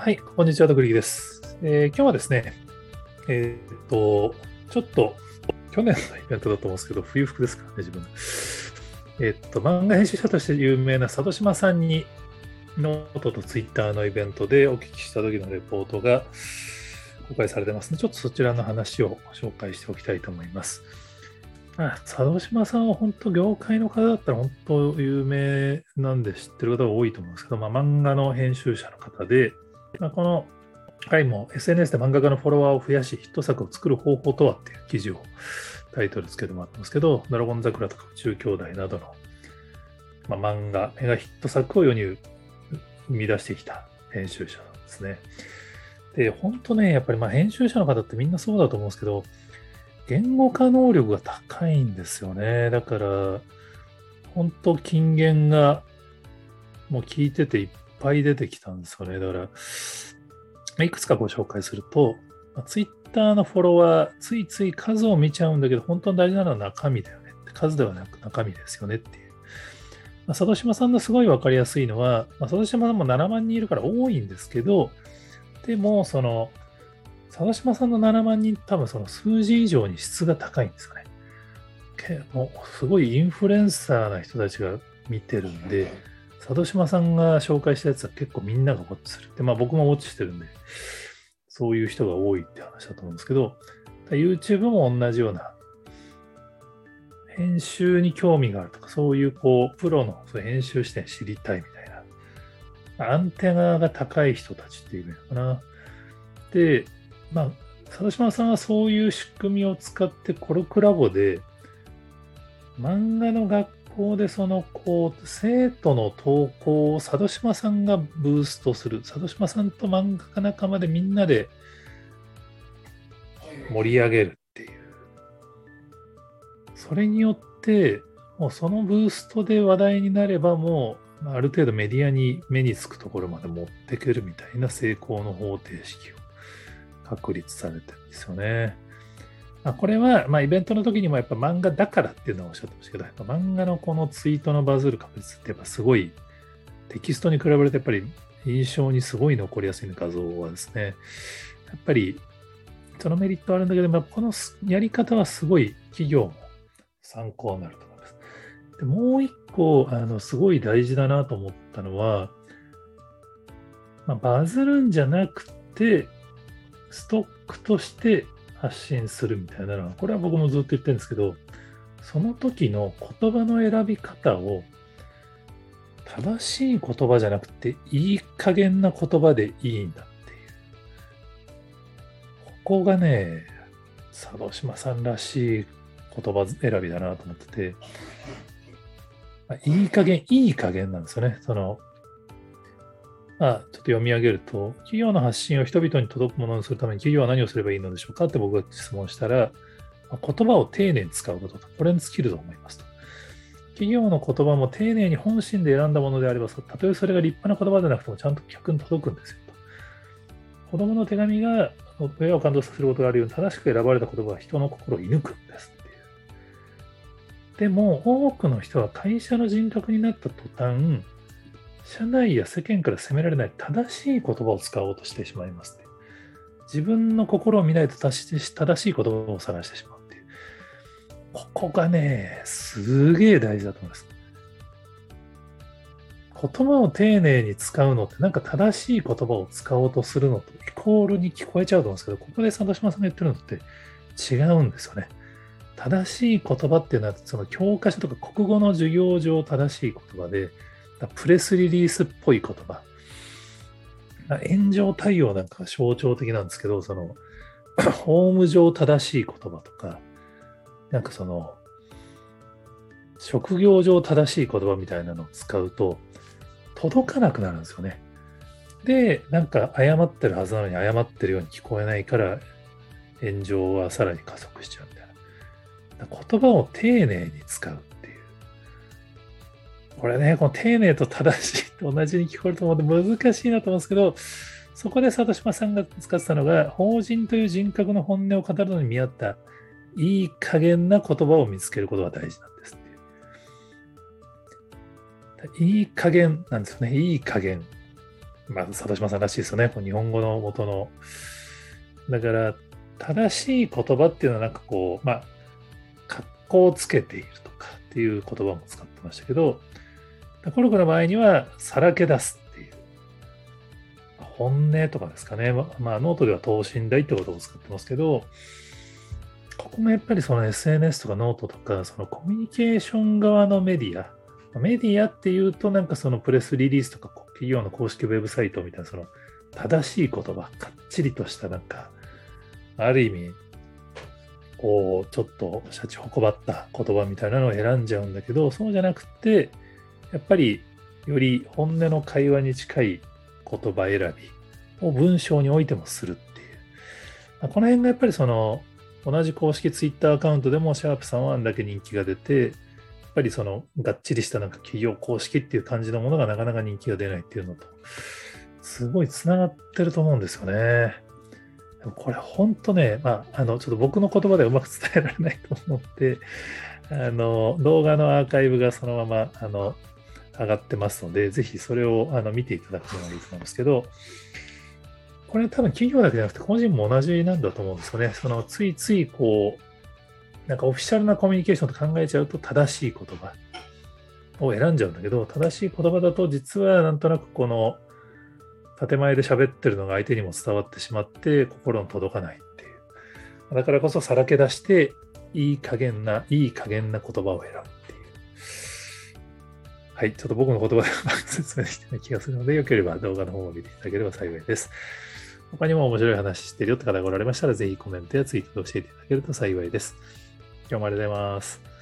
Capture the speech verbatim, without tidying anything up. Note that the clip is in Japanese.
はい、こんにちは、とくりきです。えー今日はですね、えーっと、ちょっと去年のイベントだと思うんですけど、冬服ですからね、自分で。えーっと、漫画編集者として有名な佐渡島さんに、ノートとツイッターのイベントでお聞きした時のレポートが公開されてますので、ちょっとそちらの話を紹介しておきたいと思います。まあ、佐渡島さんは本当、業界の方だったら本当有名なんで知ってる方が多いと思うんですけど、まあ、漫画の編集者の方で、まあ、この回も エスエヌエス で漫画家のフォロワーを増やし、ヒット作を作る方法とはっていう記事をタイトルつけてもらってますけど、ドラゴン桜とか宇宙兄弟などの、まあ、漫画、メガヒット作を世に生み出してきた編集者なんですね。で、本当ね、やっぱりまあ編集者の方ってみんなそうだと思うんですけど、言語化能力が高いんですよね。だから、本当金言がもう聞いてていっぱい出てきたんですよね。だから、いくつかご紹介すると、ツイッターのフォロワー、ついつい数を見ちゃうんだけど、本当に大事なのは中身だよね。数ではなく中身ですよねっていう。まあ、佐渡島さんのすごい分かりやすいのは、まあ、佐渡島さんもななまん人いるから多いんですけど、でも、その、佐渡島さんのななまん人、多分その数字以上に質が高いんですよね。けもうすごいインフルエンサーな人たちが見てるんで、佐渡島さんが紹介したやつは結構みんながウォッチする。で、まあ僕もウォッチしてるんで、そういう人が多いって話だと思うんですけど、YouTube も同じような、編集に興味があるとか、そういうこう、プロのそういう編集視点知りたいみたいな、アンテナが高い人たちっていうのかな。で、まあ、佐渡島さんはそういう仕組みを使ってコルクラボで、漫画の学校でそのこう生徒の投稿を佐渡島さんがブーストする。佐渡島さんと漫画家仲間でみんなで盛り上げるっていう。それによって、もうそのブーストで話題になればもうある程度メディアに目につくところまで持ってくるみたいな成功の方程式を確立されてるんですよね。まあ、これは、まあ、イベントの時にもやっぱ漫画だからっていうのはおっしゃってましたけど、やっぱ漫画のこのツイートのバズる確率ってやっぱすごい、テキストに比べるとやっぱり印象にすごい残りやすい画像はですね、やっぱりそのメリットあるんだけど、まあ、このやり方はすごい企業も参考になると思います。でもう一個、あの、すごい大事だなと思ったのは、まあ、バズるんじゃなくて、ストックとして発信するみたいなのは、これは僕もずっと言ってるんですけど、その時の言葉の選び方を正しい言葉じゃなくて、いい加減な言葉でいいんだっていう。ここがね、佐渡島さんらしい言葉選びだなと思ってて、いい加減、いい加減なんですよね。その、まあ、ちょっと読み上げると、企業の発信を人々に届くものにするために企業は何をすればいいのでしょうかって僕が質問したら、言葉を丁寧に使うことと、これに尽きると思いますと。企業の言葉も丁寧に本心で選んだものであれば、たとえそれが立派な言葉でなくてもちゃんと客に届くんですよと。子供の手紙が親を感動させることがあるように正しく選ばれた言葉は人の心を射抜くんですっていう。でも多くの人は会社の人格になった途端、社内や世間から責められない正しい言葉を使おうとしてしまいますって。自分の心を見ないと正しい言葉を探してしまうっていう。ここがね、すげえ大事だと思います。言葉を丁寧に使うのって、なんか正しい言葉を使おうとするのとイコールに聞こえちゃうと思うんですけど、ここで佐渡島さんが言ってるのって違うんですよね。正しい言葉っていうのは、その教科書とか国語の授業上正しい言葉で、プレスリリースっぽい言葉。炎上対応なんか象徴的なんですけど、その、法務上正しい言葉とか、なんかその、職業上正しい言葉みたいなのを使うと、届かなくなるんですよね。で、なんか謝ってるはずなのに謝ってるように聞こえないから、炎上はさらに加速しちゃうみたいな。言葉を丁寧に使うっていう。これね、この丁寧と正しいと同じに聞こえると思うので難しいなと思うんですけど、そこで佐渡島さんが使ってたのが、法人という人格の本音を語るのに見合ったいい加減な言葉を見つけることが大事なんですっていう。いい加減なんですよね。いい加減。 まあ、佐渡島さんらしいですよね。こう日本語の元の。だから、正しい言葉っていうのはなんかこう、まあ、格好をつけているとかっていう言葉も使ってましたけど、コルクの場合には、さらけ出すっていう、本音とかですかね。ままあ、ノートでは等身大ってことを使ってますけど、ここもやっぱりその エスエヌエス とかノートとか、そのコミュニケーション側のメディア、メディアっていうと、なんかそのプレスリリースとか企業の公式ウェブサイトみたいな、その正しい言葉、かっちりとしたなんか、ある意味、こう、ちょっとシャチホコばった言葉みたいなのを選んじゃうんだけど、そうじゃなくて、やっぱりより本音の会話に近い言葉選びを文章においてもするっていう。まあこの辺がやっぱりその、同じ公式ツイッターアカウントでもシャープさんはあんだけ人気が出て、やっぱりそのがっちりしたなんか企業公式っていう感じのものがなかなか人気が出ないっていうのと、すごいつながってると思うんですよね。でもこれ本当ね、まあ、あの、ちょっと僕の言葉ではうまく伝えられないと思って、あの、動画のアーカイブがそのまま、あの、上がってますので、ぜひそれをあの見ていただくのがいいと思うんですけど、これ多分企業だけじゃなくて個人も同じなんだと思うんですよね。そのついついこう、なんかオフィシャルなコミュニケーションと考えちゃうと正しい言葉を選んじゃうんだけど、正しい言葉だと実はなんとなくこの建前で喋ってるのが相手にも伝わってしまって心に届かないっていう。だからこそさらけ出していい加減な、いい加減な言葉を選ぶっていう。はい、ちょっと僕の言葉でうまく説明できてない気がするので、よければ動画の方を見ていただければ幸いです。他にも面白い話してるよって方がおられましたら、ぜひコメントやツイートで教えていただけると幸いです。今日もありがとうございます。